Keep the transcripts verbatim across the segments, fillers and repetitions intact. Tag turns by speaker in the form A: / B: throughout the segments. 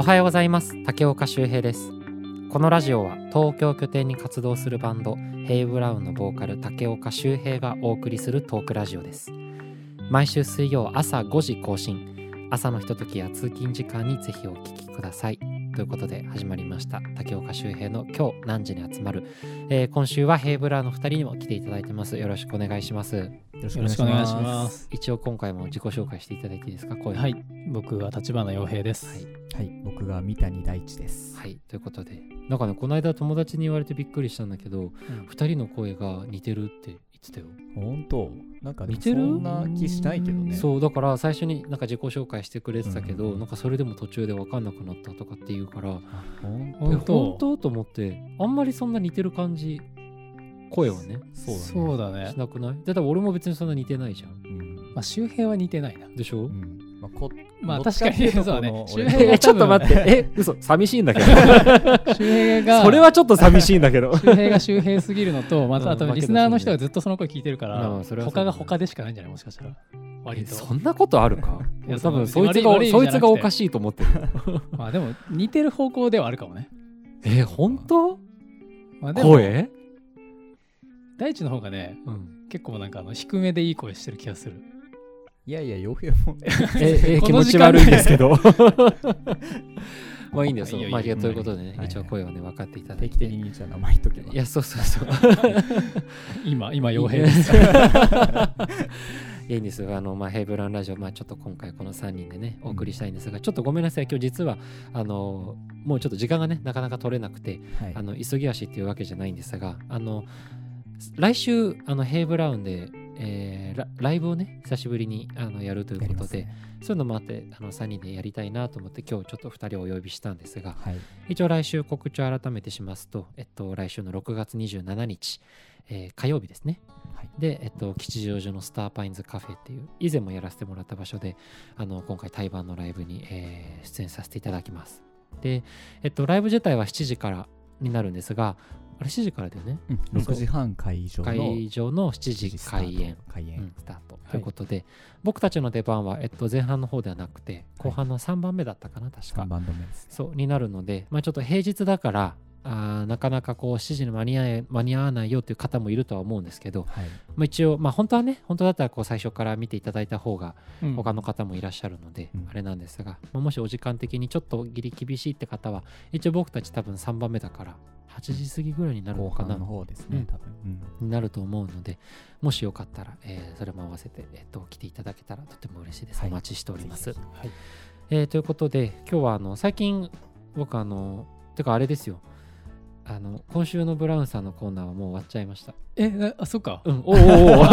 A: はようございます。竹岡修平です。このラジオは東京拠点に活動するバンドヘイブラウンのボーカル竹岡修平がお送りするトークラジオです。毎週水曜朝ごじ更新、朝のひとときや通勤時間にぜひお聞きくださいということで始まりました竹岡修平の今日何時に集まる、えー、今週はヘイブラウンのふたりにも来ていただいてます。よろしくお願いします。
B: よろしくお願いします。
A: 一応今回も自己紹介していただいていいですか。声
B: はい、僕は立花洋平です。
C: はい、はい、僕が三谷大地です。
A: はい、ということでなんかね、この間友達に言われてびっくりしたんだけど、うん、ふたりの声が似てるって言ってたよ。
C: 本当？なんか似てる？そんな気しないけどね。
A: そうだから最初になんか自己紹介してくれてたけど、うん、なんかそれでも途中で分かんなくなったとかって言うから、本当本当と思って、あんまりそんな似てる感じ声はね、
B: そうだね、
A: しなくない？だから俺も別にそんな似てないじゃん、うん、
B: まあ周平は似てないな
A: でしょ、うん、
B: まあ、こまあ確かにそうだね。
A: 周平がちょっと待ってえ嘘寂しいんだけど周平がそれはちょっと寂しいんだけど
B: 周平が周平すぎるのとまたあとリスナーの人がずっとその声聞いてるから、うん、他が他でしかないんじゃない？もしかしたら割と
A: そんなことあるかいや多分そいつがそいつがおかしいと思ってる
B: まあでも似てる方向ではあるかもね。
A: え本当、
B: まあ、
A: 声
B: 大地の方がね、うん、結構なんかあの低めでいい声してる気がする。
C: いやいや洋平も
A: ええ気持ち悪いんですけどまあいいんですよ。まあということでね、一応声をね分かっていただいて、
C: 定期的にじゃあ名前言っとけば。
A: いやそうそうそう
B: 今今洋平です
A: いいんですよ。あのまあヘイブラウンラジオ、まあちょっと今回このさんにんでねお送りしたいんですが、うん、ちょっとごめんなさい。今日実はあのもうちょっと時間がねなかなか取れなくて、はい、あの急ぎ足っていうわけじゃないんですが、あの来週あのヘイブラウンで、えー、ラ, ライブをね久しぶりにあのやるということで、ね、そういうのもあってあのさんにんでやりたいなと思って今日ちょっとふたりをお呼びしたんですが、はい、一応来週告知を改めてしますと、えっと、来週のろくがつにじゅうしちにち、えー、火曜日ですね、はい、で、えっと、吉祥寺のスターパインズカフェっていう以前もやらせてもらった場所であの今回対バンのライブに、えー、出演させていただきます。で、えっと、ライブ自体はしちじからになるんですが、あれしちじからだよね、
C: うん、ろくじはん会場の
A: 会場のしちじ開演
C: 開演、
A: うん、スタートということで、はい、僕たちの出番は、えっと、前半の方ではなくて後半のさんばんめだったかな、はい、確か
C: さんばんめです、ね、
A: そうになるので、まあ、ちょっと平日だからあなかなかこうしちじに間に合い間に合わないよという方もいるとは思うんですけど、はい、まあ、一応、まあ、本当はね本当だったらこう最初から見ていただいた方が他の方もいらっしゃるので、うん、あれなんですが、まあ、もしお時間的にちょっとギリ厳しいって方は一応僕たち多分さんばんめだからはちじ過ぎぐらいになるのかな、
C: 後半の方ですね、うん、多分、
A: うん、になると思うので、もしよかったら、えー、それも合わせて、えー、と来ていただけたらとても嬉しいです、はい、お待ちしております、はい、えー、ということで今日はあの最近僕あのてかあれですよ、あの今週のブラウンさんのコーナーはもう終わっちゃいました。
B: えあそっか、
A: うん、おおお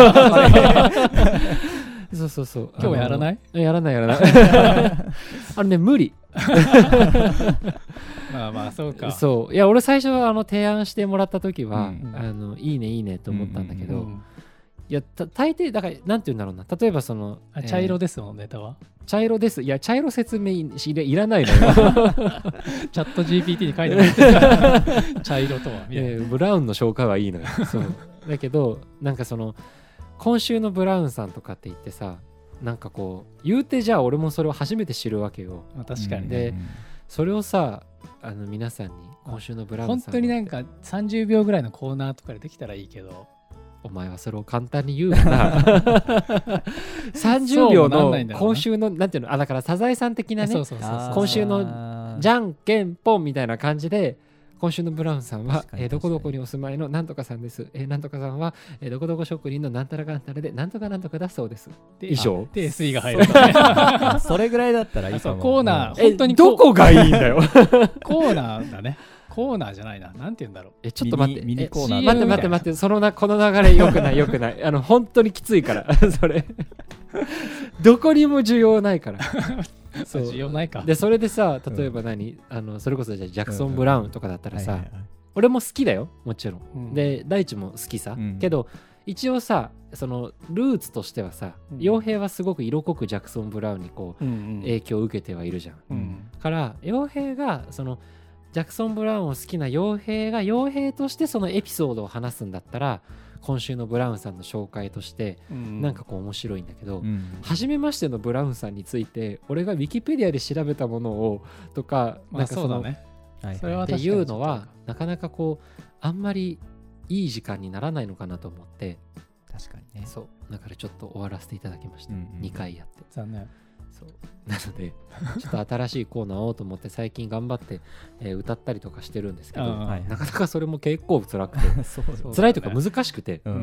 A: そうそうそう、
B: 今日はやらない
A: やらないやらないあのね無理
B: まあまあそうか。
A: そういや俺最初はあの提案してもらった時は、うん、あのいいねいいねと思ったんだけど、うんうんうん、いや大抵だからなんて言うんだろうな、例えばその
B: あ茶色ですもん、えー、ネタは
A: 茶色です。いや茶色説明いらないのよチ
B: ャット ジーピーティー に書いてもらって茶色とはみたいな、えー、
A: ブラウンの紹介はいいのよそうだけどなんかその今週のブラウンさんとかって言ってさ、なんかこう言うてじゃあ俺もそれを初めて知るわけよ。
B: まあ、確かに
A: ね。でそれをさあの皆さんに今週のブラウンさん
B: 本当になんかさんじゅうびょうぐらいのコーナーとかでできたらいいけど、
A: お前はそれを簡単に言うからさんじゅうびょうの今週のなんていうの、あだからサザエさん的なね、そうそうそうそう、今週のじゃんけんぽんみたいな感じで今週のブラウンさんは、えー、どこどこにお住まいのなんとかさんです、えー、なんとかさんは、えー、どこどこ職人のなんたらかんたらでなんとかなんとかだそうです。以上
B: で水が入るとね
C: それぐらいだったらいいと思う。
B: コーナー、本当に
A: どこがいいんだよ
B: コーナーだね。コーナーじゃないな、なんて言うんだろう。
A: えちょっと待って
C: ミニミニコーナー、
A: 待って待って待って、そのなこの流れよくないよくないあの本当にきついからそれどこにも需要ないから
B: そう需要ないか。
A: でそれでさ、例えば何、うん、あのそれこそじゃあジャクソン・ブラウンとかだったらさ、うんうんはいはいはい、俺も好きだよもちろん、うん、で大地も好きさ、うん、けど一応さそのルーツとしてはさ、傭、うん、兵はすごく色濃くジャクソン・ブラウンにこう、うんうん、影響を受けてはいるじゃん、うん、から傭兵がそのジャクソン・ブラウンを好きな傭兵が傭兵としてそのエピソードを話すんだったら今週のブラウンさんの紹介としてなんかこう面白いんだけど、
C: うん、
A: 初めましてのブラウンさんについて俺がウィキペディアで調べたものをとかなんかそのっていうのはなかなかこうあんまりいい時間にならないのかなと思って、
C: 確かにね、
A: そうだからちょっと終わらせていただきました、うんうん、にかいやって
B: 残念。
A: そうなのでちょっと新しいコーナーをと思って最近頑張って、えー、歌ったりとかしてるんですけど、はい、なかなかそれも結構辛くてそうそう、ね、辛いというか難しくて、うんうんうん、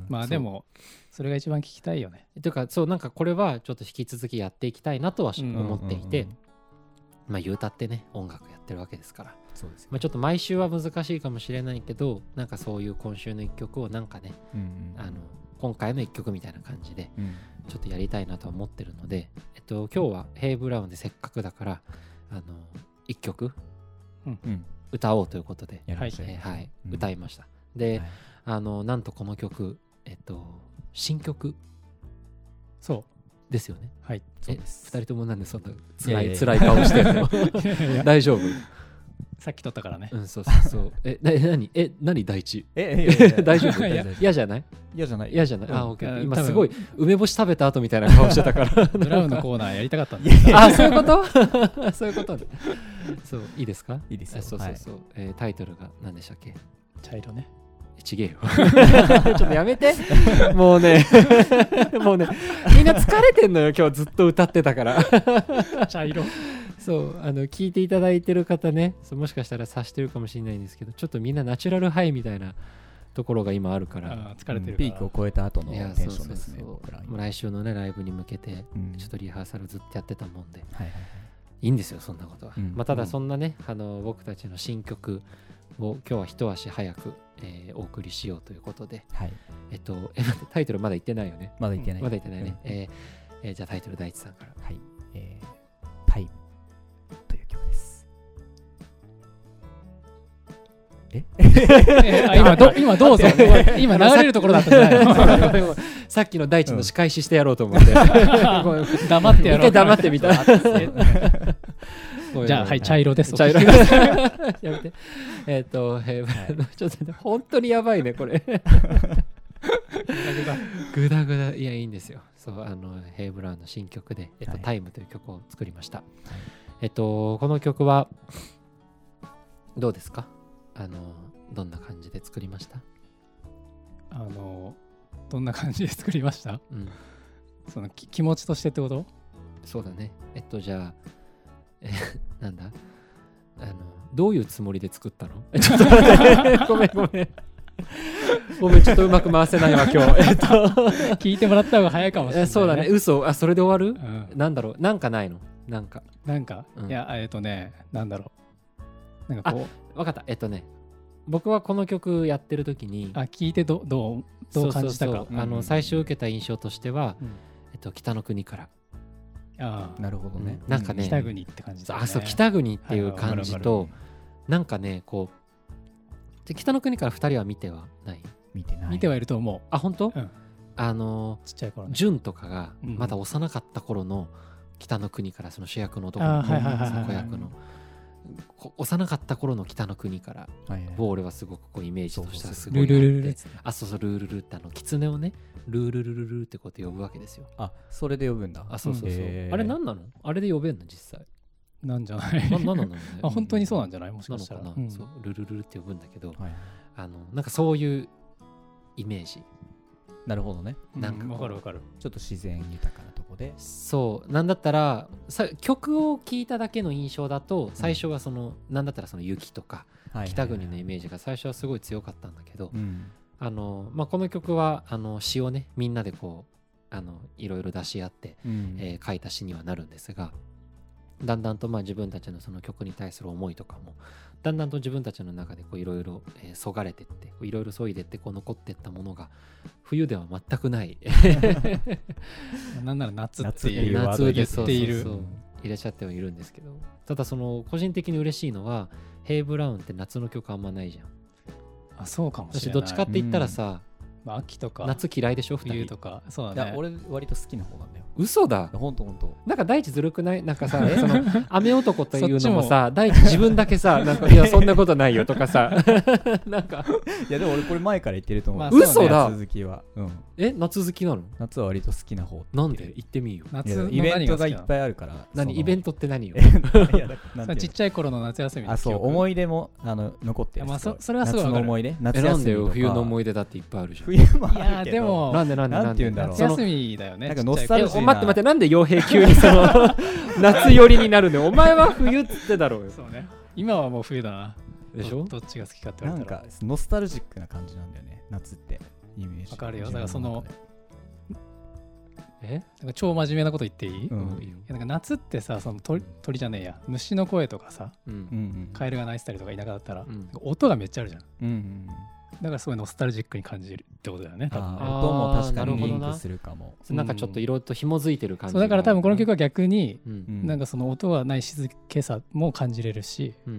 B: まあでもそれが一番聞きたいよね。
A: というかそうなんかこれはちょっと引き続きやっていきたいなとは思っていて、うんうんうん、まあ言うたってね音楽やってるわけですから、
C: そうですよ、
A: まあ、ちょっと毎週は難しいかもしれないけどなんかそういう今週の一曲をなんかね、うんうん、あの今回の一曲みたいな感じでちょっとやりたいなとは思ってるので、えっと、今日はヘイブラウンでせっかくだからあの一曲歌おうということで、
C: うんうん、
A: えーはい、うん、歌いました。で、はい、あのなんとこの曲、えっと、新曲
B: そう
A: ですよね。
B: はい、そうです。
A: ふたりともなんでそんな辛い辛い顔してるの大丈夫？
B: さっき撮ったからね。
A: うん、そうそうそう。え、な、なに、え、なに、第一。
C: え、え、
A: 大丈夫？嫌じゃない？
C: 嫌じゃない。
A: 嫌じゃない。あ、オッケー。今すごい梅干し食べた後みたいな顔してたから。
B: ブラウンのコーナーやりたかったん
A: だ。あ、そういうこと？そういうことね。そう、いいですか？
C: いいですよ。
A: そうそうそう。えー、タイトルが何でしたっけ？
B: 茶色ね。
A: ちげえよ。ちょっとやめて。もうね、もうね、みんな疲れてんのよ。今日ずっと歌ってたから。
B: 茶色。
A: そうあの聞いていただいてる方ね、そうもしかしたら察してるかもしれないんですけど、ちょっとみんなナチュラルハイみたいなところが今あるから、
B: あ疲れてるから、
C: ピークを超えた後のテンションですね。
A: そうそうそう、来週のねライブに向けてちょっとリハーサルずっとやってたもんで、
C: うん、はいはいはい、
A: いいんですよそんなことは、うん、まあ、ただそんなね、あの僕たちの新曲を今日は一足早く、えー、お送りしようということで、
C: はい、
A: えっとえタイトルまだ言ってないよね。
C: まだ言ってない、
A: まだ言ってないね、うん、えーえー、じゃあタイトル大地さんから。
C: はい、えー、タイムという曲です。え
B: あ 今, ど今どうぞ今流れるところだったんじゃないの
A: さっきの大地の仕返ししてやろうと思って、うん、
B: 黙ってやろう。
A: 黙ってみた
B: じゃあはい茶色です。
A: 茶色やめて。えっと、えーはい、ちょっと、ね、本当にやばいねこれ。グダグダ。いやいいんですよ。そうあのヘイブラウンの新曲で、えっとはい、タイムという曲を作りました。はい、えっとこの曲はどうですか？あのどんな感じで作りました？
B: あのどんな感じで作りました？
A: うん、
B: その気持ちとしてってこと？
A: そうだね。えっとじゃあえなんだあのどういうつもりで作ったの？ちょっと待ってごめんごめんごめんちょっとうまく回せないわ今日。えっと
B: 聞いてもらった方が早いかもしれない、ね。
A: そうだね。嘘。あそれで終わる？うん、なんだろうなんかないの？なんか
B: なんか、うん、いやえっとねなんだろうなんかこ
A: う分かった。えっとね僕はこの曲やってる時に
B: あ聞いてどどうどう感じたか。そうそうそう、
A: うん、あの最初受けた印象としては、うん、えっと、北の国から。
B: あ
C: なるほどね、
A: うん、なんかね
B: 北国って感じだね。
A: あそう北国っていう感じと、はい、なんかねこうで北の国からふたりは見てはない
B: 見てない見てはいると思う。
A: あ本当、
B: うん、
A: あの
B: ちっちゃい頃ね
A: 純とかがまだ幼かった頃の北の国からその主役の男の子役の幼かった頃の北の国からを俺はすごくこうイメージとしてはすごいあって、
B: ルルルル
A: あそうそうルールルってあの狐をねルールルルルってこうやって呼ぶわけですよ。
C: あそれで呼ぶんだ。
A: あそうそうそう、あれ何なの？あれで呼べんの実際
B: なんじゃない？
A: ななんなのね
B: あ本当にそうなんじゃない？もしかしたら
A: なのかな、うん、そうルルルルって呼ぶんだけど、はい、あのなんかそういうイメージ。
C: なるほどね。
B: なんかわかるわかる。
C: ちょっと自然豊かなとこで。
A: そうなんだったらさ曲を聴いただけの印象だと最初はその、うん、なんだったらその雪とか北国のイメージが最初はすごい強かったんだけど、
C: うん、
A: あのまあ、この曲はあの詩をねみんなでこうあのいろいろ出し合って、うんえー、書いた詩にはなるんですが、だんだんとまあ自分たちのその曲に対する思いとかもだんだんと自分たちの中でいろいろそがれてっていろいろそいでってこう残っていったものが冬では全くない
B: なんなら夏っていう
A: 夏で言っている、
B: そうそうそう
A: 入れちゃってはいるんですけど、ただその個人的に嬉しいのはヘイブラウンって夏の曲あんまないじゃん。
B: あそうかもしれない。
A: どっちかって言ったらさ、
B: まあ、秋とか
A: 夏嫌いでしょふたり
B: 冬とか。そうだね。
C: 俺割と好きな方なんだよ。
A: 嘘だ。
C: ほんとほんと。
A: なんか大地ずるくない？なんかさその雨男というのもさ大地自分だけさなんかいやそんなことないよとかさなんか
C: いやでも俺これ前から言ってると思う。まあ、
A: 嘘だ。
C: 夏好きは、うん、
A: え夏好きなの？夏
C: は割と好きな方。
A: なんで言ってみよう。
C: 夏のイベントがいっぱいあるから。
A: 何イベントって何よ？
B: いやだちっちゃい頃の夏休みの
C: あそう思い出もあの残ってる。
B: まあ そ, それはすごい
C: 夏の思い出。夏
A: 休みとか。冬の思い出だっていっぱいあるじゃん。
C: 冬もあるけど。
B: いやでも
A: なんでなんでなんで
B: 夏休みだよね。
C: なんかノスタルジーな。
A: 待って待ってなんで傭兵急にその夏寄りになるの？お前は冬っつってだろうよ。
B: そうね。今はもう冬だな。
A: でしょ？
B: どっちが好きかって言われたら。
C: なんかノスタルジックな感じなんだよね。夏ってイメージ。
B: わかるよ。だからその
A: え？
B: なんか超真面目なこと言っていい？
C: うん、
B: いやなんか夏ってさその 鳥, 鳥じゃねえや虫の声とかさ、
A: うん、
B: カエルが鳴いてたりとか田舎だったら、
A: うん、
B: 音がめっちゃあるじゃん。
C: うんうん
B: だからすごいノスタルジックに感じるってことだよね。多分ね
C: 音も確かにリンクするかも。
A: なんかちょっといろいろと紐づいてる感じ。
B: そうだから多分この曲は逆に、
A: うん、
B: なんかその音はない静けさも感じれるし、
A: うん、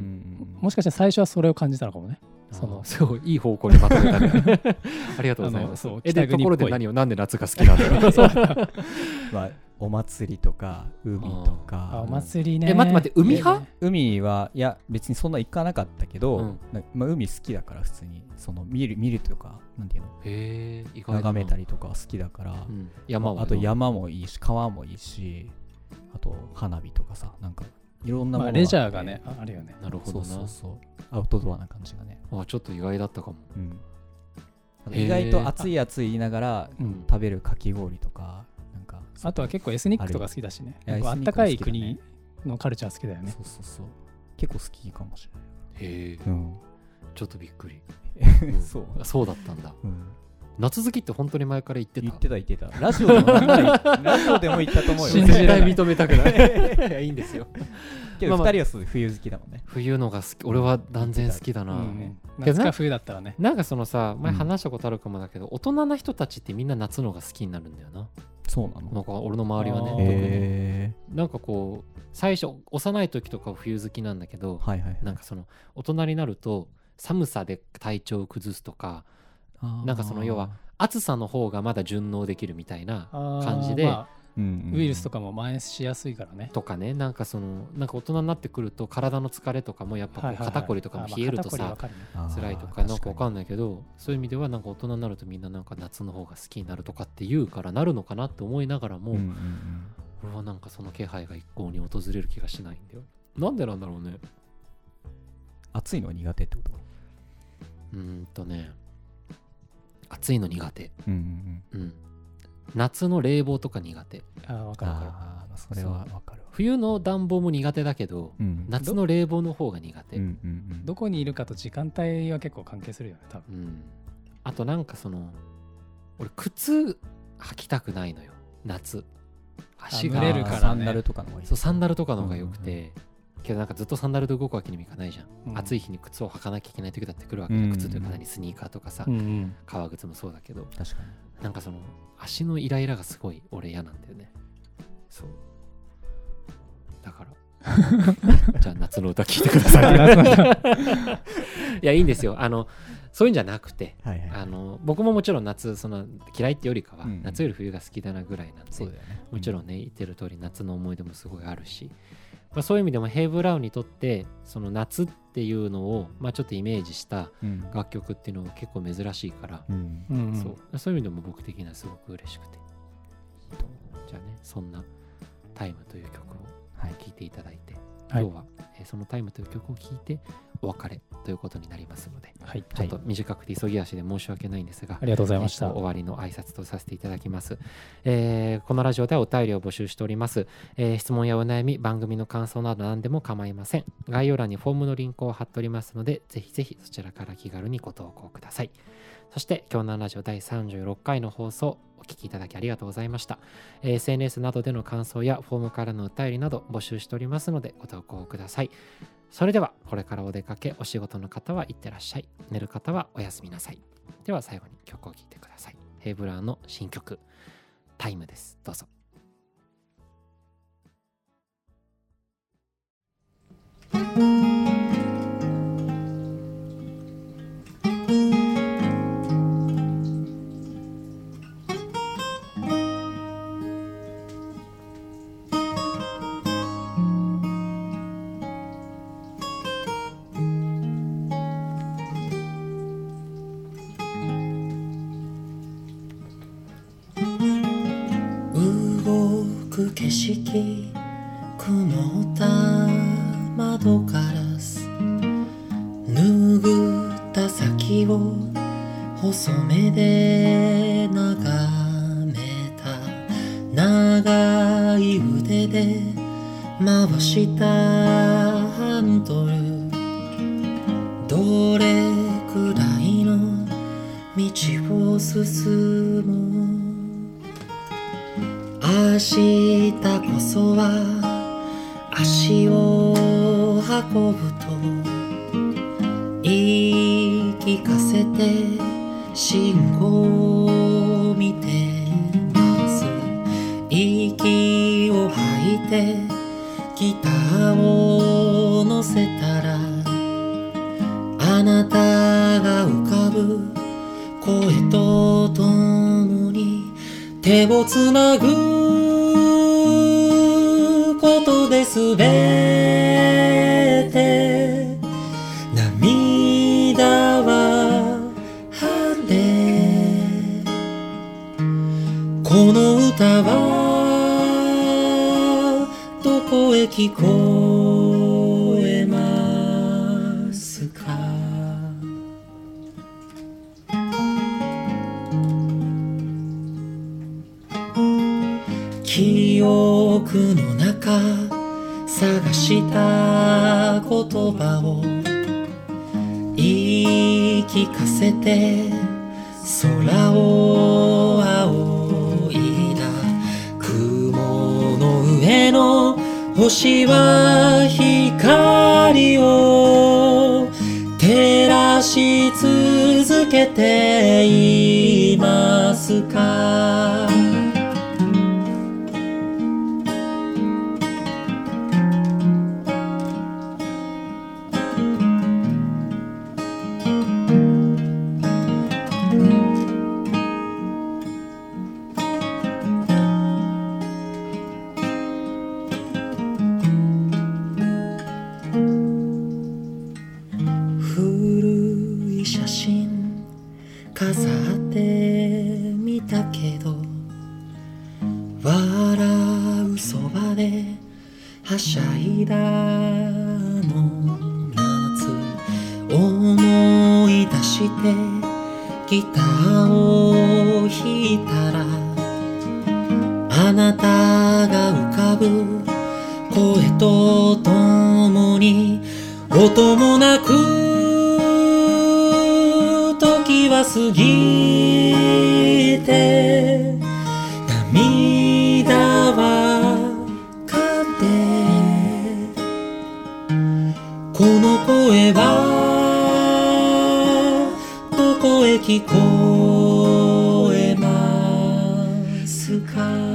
B: もしかしたら最初はそれは感じたのかもね。その
A: すごいいい方向にまとめたね。ありがとうございます。
B: そう
A: えでところで何をなんで夏が好きなんだろう。
C: まあお祭りとか海とか。
B: あお祭りね。
A: え待って待って海派？
C: 海はいや別にそんな行かなかったけど、うん、まあ、海好きだから普通にその見る見るとかなんていうの？
A: へー、
C: 眺めたりとか好きだから、うん、
A: 山は
C: あと山もいいし川もいいし、あと花火とかさなんかいろんなものが、
B: まあ、レジャーがねあるよね。
A: なるほどな。
C: そうそうそうアウトドアな感じがね。
A: あちょっと意外だったかも。
C: うん、意外と暑い暑い言いながら、うん、食べるかき氷とかなんか
B: あとは結構エスニックとか好きだしね。あったかい国のカルチャー好きだよね。
C: そうそうそう結構好きかもしれない。
A: へえ、
C: うん、
A: ちょっとびっくり。
C: そう
A: そうだったんだ。
C: うん、
A: 夏好きって本当に前から言ってた。
C: 言ってた言ってた。ラジオでもラジオでも言ったと思うよ。
A: 信じられ認めたくない。いやいいんですよ。
C: けどふたりは冬好きだもんね。
A: 冬のが好き。俺は断然好きだな。うん、
B: 夏か冬だったらね。
A: なんかそのさ前話したことあるかもだけど、うん、大人な人たちってみんな夏のが好きになるんだよな。
C: そうなの？
A: なんか俺の周りはね特になんかこう最初幼い時とかは冬好きなんだけど、
C: はいはいはい、
A: なんかその大人になると寒さで体調を崩すとか、なんかその要は暑さの方がまだ順応できるみたいな感じで、まあ
B: うんうん、ウイルスとかも蔓延しやすいからね
A: とかね、なんかそのなんか大人になってくると体の疲れとかもやっぱこう肩こりとかも冷えるとさ辛いとかなんかわかんないけど、そういう意味ではなんか大人になるとみんななんか夏の方が好きになるとかって言うからなるのかなって思いながらも、うんうんうん、俺はなんかその気配が一向に訪れる気がしないんだよ。なんでなんだろうね。
C: 暑いの苦手ってこと？
A: うーんとね暑いの苦手、
C: うんうんうん、
A: 夏の冷房とか苦手。
B: ああ分かる分かる。
C: あそれは分かる。
A: 冬の暖房も苦手だけど、うん、夏の冷房の方が苦手、
B: うんうんうん、どこにいるかと時間帯は結構関係するよね多分、うん、
A: あとなんかその俺靴履きたくないのよ夏。足が
B: 蒸れるから、ね、
C: サンダルとかの方がいい。
A: そうサンダルとかの方がよくて、うんうんうん、けどなんかずっとサンダルで動くわけにもいかないじゃん、うん、暑い日に靴を履かなきゃいけない時だってくるわけじゃん、うんうん、靴というか何スニーカーとかさ、うんうん、革靴もそうだけど、
C: 確かに
A: なんかその足のイライラがすごい俺嫌なんだよね。そうだからじゃあ夏の歌聴いてください。いやいいんですよ。あのそういうんじゃなくて、はいはい、あの僕ももちろん夏その嫌いってよりかは、うん、夏より冬が好きだなぐらいなんで、そうだよね、もちろんね言ってる通り夏の思い出もすごいあるし、まあ、そういう意味でもヘイブラウンにとってその夏っていうのを、まあ、ちょっとイメージした楽曲っていうのが結構珍しいから、うんうん、そうそういう意味でも僕的にはすごく嬉しくて、じゃあねそんなタイムという曲を聴いていただいて、はい、今日は、えー、そのタイムという曲を聴いてお別れということになりますので、はい、ちょっと短くて急ぎ足で申し訳ないんですが、
B: ありがとうございました。
A: えー、終わりの挨拶とさせていただきます。えー、このラジオではお便りを募集しております。えー、質問やお悩み、番組の感想など何でも構いません。概要欄にフォームのリンクを貼っておりますので、ぜひぜひそちらから気軽にご投稿ください。そして今日のラジオだいさんじゅうろっかいの放送お聞きいただきありがとうございました。えー、エスエヌエス などでの感想やフォームからのお便りなど募集しておりますのでご投稿ください。それではこれからお出かけ、お仕事の方はいってらっしゃい、寝る方はおやすみなさい。では最後に曲を聴いてください。ヘイブラーの新曲タイムです。どうぞ。
D: 景色曇った窓ガラス拭った先を細目で眺めた長い腕で回したハンドルどれくらいの道を進む明日こそは足を運ぶと言い聞かせて信号を見てます息を吐いてギターを乗せたらあなたが浮かぶ声とともに手をつなぐことで全て涙は晴れこの歌はどこへ聞こえますか記憶の中探した言葉を言い聞かせて空を仰いだ雲の上の星は光を照らし続けていますか飾ってみたけど笑うそばではしゃいだの夏思い出してギターを弾いたらあなたが浮かぶ声とともに音もなく時は過ぎて涙は枯れこの声はどこへ聞こえますか